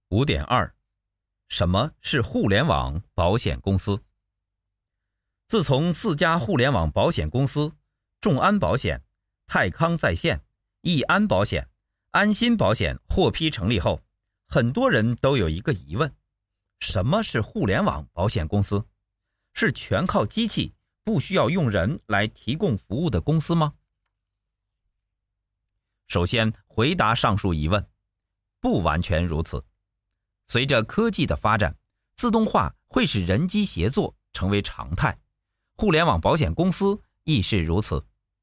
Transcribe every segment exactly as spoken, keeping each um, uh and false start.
五点二，什么是互联网保险公司？自从四家互联网保险公司众安保险、泰康在线、易安保险、安心保险获批成立后，很多人都有一个疑问：什么是互联网保险公司？是全靠机器，不需要用人来提供服务的公司吗？首先回答上述疑问，不完全如此。随着科技的发展，自动化会使人机协作成为常态，互联网保险公司亦是如此。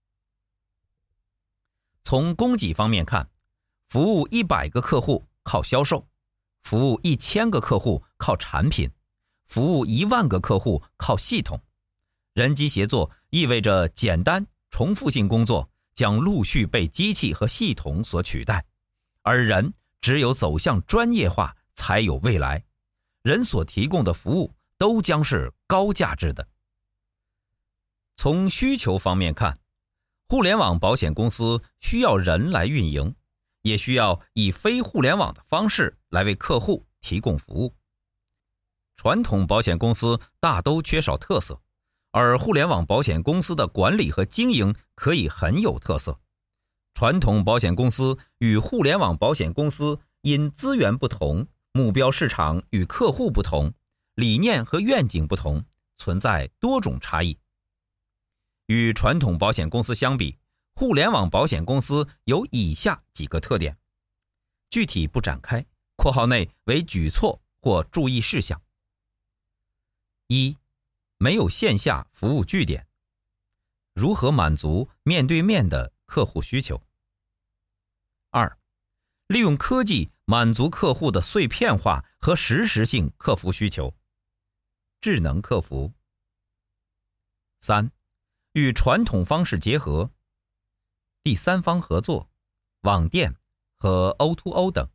从供给方面看，服务一百个客户靠销售，服务一千个客户靠产品，服务一万个客户靠系统。人机协作意味着简单重复性工作将陆续被机器和系统所取代，而人只有走向专业化才有未来，人所提供的服务都将是高价值的。从需求方面看，互联网保险公司需要人来运营，也需要以非互联网的方式来为客户提供服务。传统保险公司大都缺少特色，而互联网保险公司的管理和经营可以很有特色。传统保险公司与互联网保险公司因资源不同，目标市场与客户不同，理念和愿景不同，存在多种差异。与传统保险公司相比，互联网保险公司有以下几个特点，具体不展开，括号内为举措或注意事项。一、没有线下服务据点，如何满足面对面的客户需求？二、利用科技满足客户的碎片化和实时性客服需求，智能客服。三、与传统方式结合，第三方合作、网店和 O to O 等。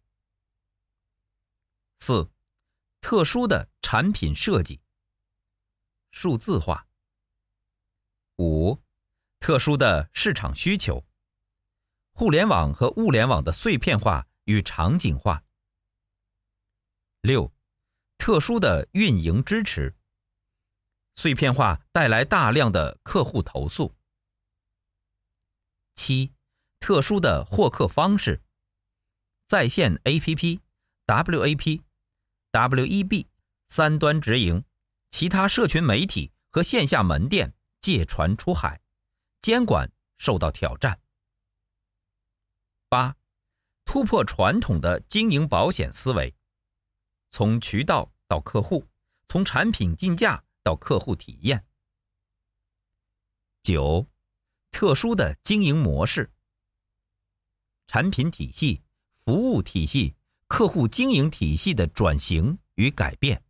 四、特殊的产品设计，数字化。五、特殊的市场需求，互联网和物联网的碎片化与场景化。六、特殊的运营支持，碎片化带来大量的客户投诉。七、特殊的获客方式，在线 A P P、W A P、W E B 三端直营，其他社群媒体和线下门店借船出海，监管受到挑战。八、突破传统的经营保险思维，从渠道到客户，从产品进价到客户体验。九、特殊的经营模式，产品体系、服务体系、客户经营体系的转型与改变。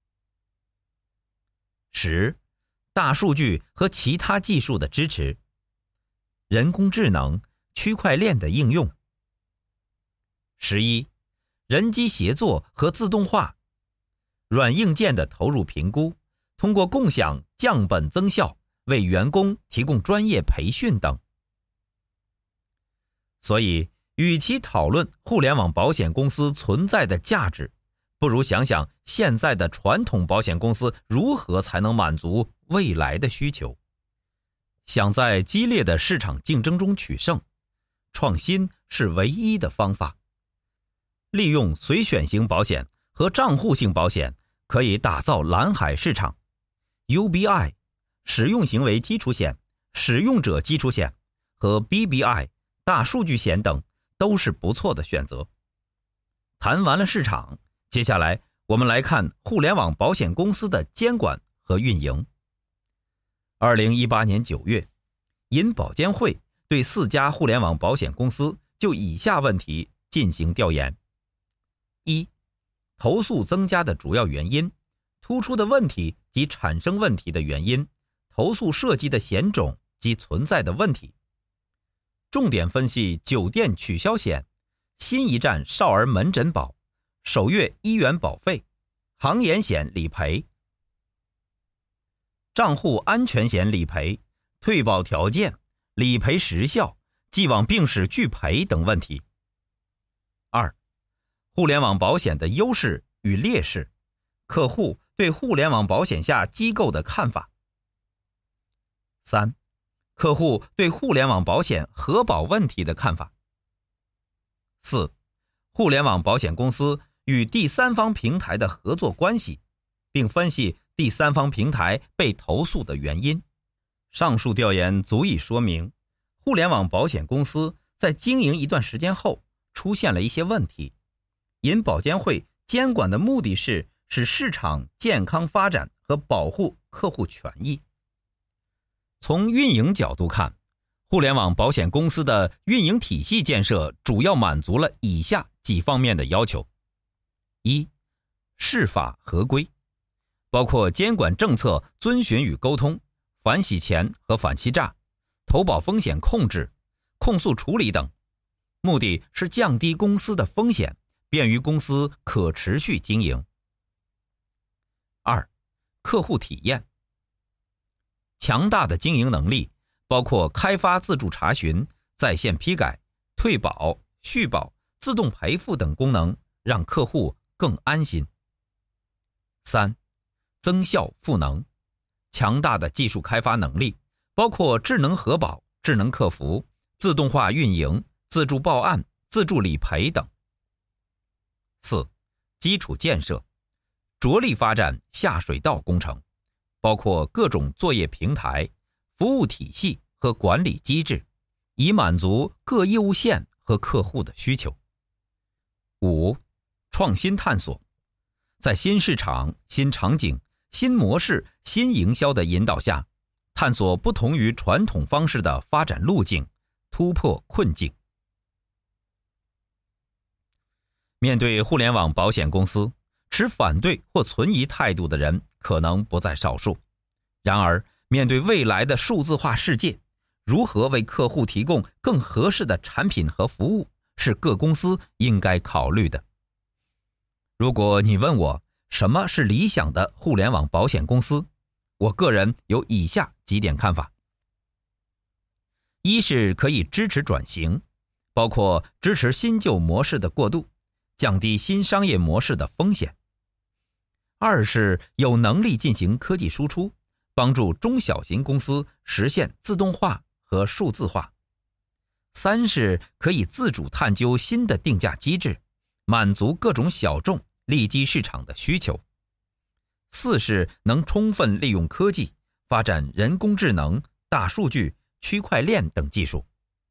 十、大数据和其他技术的支持，人工智能、区块链的应用。十一、人机协作和自动化，软硬件的投入评估，通过共享降本增效，为员工提供专业培训等。所以，与其讨论互联网保险公司存在的价值，不如想想现在的传统保险公司如何才能满足未来的需求。想在激烈的市场竞争中取胜，创新是唯一的方法。利用随选型保险和账户性保险，可以打造蓝海市场。U B I 使用行为基础险、使用者基础险和 B B I 大数据险等都是不错的选择。谈完了市场，接下来我们来看互联网保险公司的监管和运营。二零一八年九月，银保监会对四家互联网保险公司就以下问题进行调研。一、投诉增加的主要原因，突出的问题及产生问题的原因，投诉涉及的险种及存在的问题。重点分析酒店取消险、新一站少儿门诊保、首月医院保费、行业险理赔、账户安全险理赔、退保条件、理赔时效、既往病史拒赔等问题。二、 互联网保险的优势与劣势，客户对互联网保险下机构的看法。三、客户对互联网保险核保问题的看法。四、互联网保险公司与第三方平台的合作关系，并分析第三方平台被投诉的原因。上述调研足以说明，互联网保险公司在经营一段时间后出现了一些问题，因保监会监管的目的是使市场健康发展和保护客户权益。从运营角度看，互联网保险公司的运营体系建设主要满足了以下几方面的要求。一、事法合规，包括监管政策遵循与沟通、反洗钱和反欺诈、投保风险控制、控诉处理等，目的是降低公司的风险，便于公司可持续经营。二、客户体验，强大的经营能力，包括开发自助查询、在线批改、退保、续保、自动赔付等功能，让客户更安心。三、增效赋能，强大的技术开发能力，包括智能核保、智能客服、自动化运营、自助报案、自助理赔等。四、基础建设，着力发展下水道工程，包括各种作业平台、服务体系和管理机制，以满足各业务线和客户的需求。五、创新探索，在新市场、新场景、新模式、新营销的引导下，探索不同于传统方式的发展路径，突破困境。面对互联网保险公司，持反对或存疑态度的人可能不在少数。然而，面对未来的数字化世界，如何为客户提供更合适的产品和服务，是各公司应该考虑的。如果你问我什么是理想的互联网保险公司，我个人有以下几点看法。一是可以支持转型，包括支持新旧模式的过渡，降低新商业模式的风险。二是有能力进行科技输出，帮助中小型公司实现自动化和数字化。三是可以自主探究新的定价机制，满足各种小众利基市场的需求。四是能充分利用科技，发展人工智能、大数据、区块链等技术。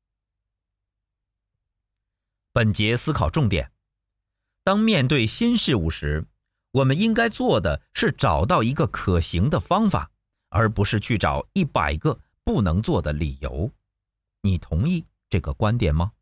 本节思考重点：当面对新事物时，我们应该做的是找到一个可行的方法，而不是去找一百个不能做的理由。你同意这个观点吗？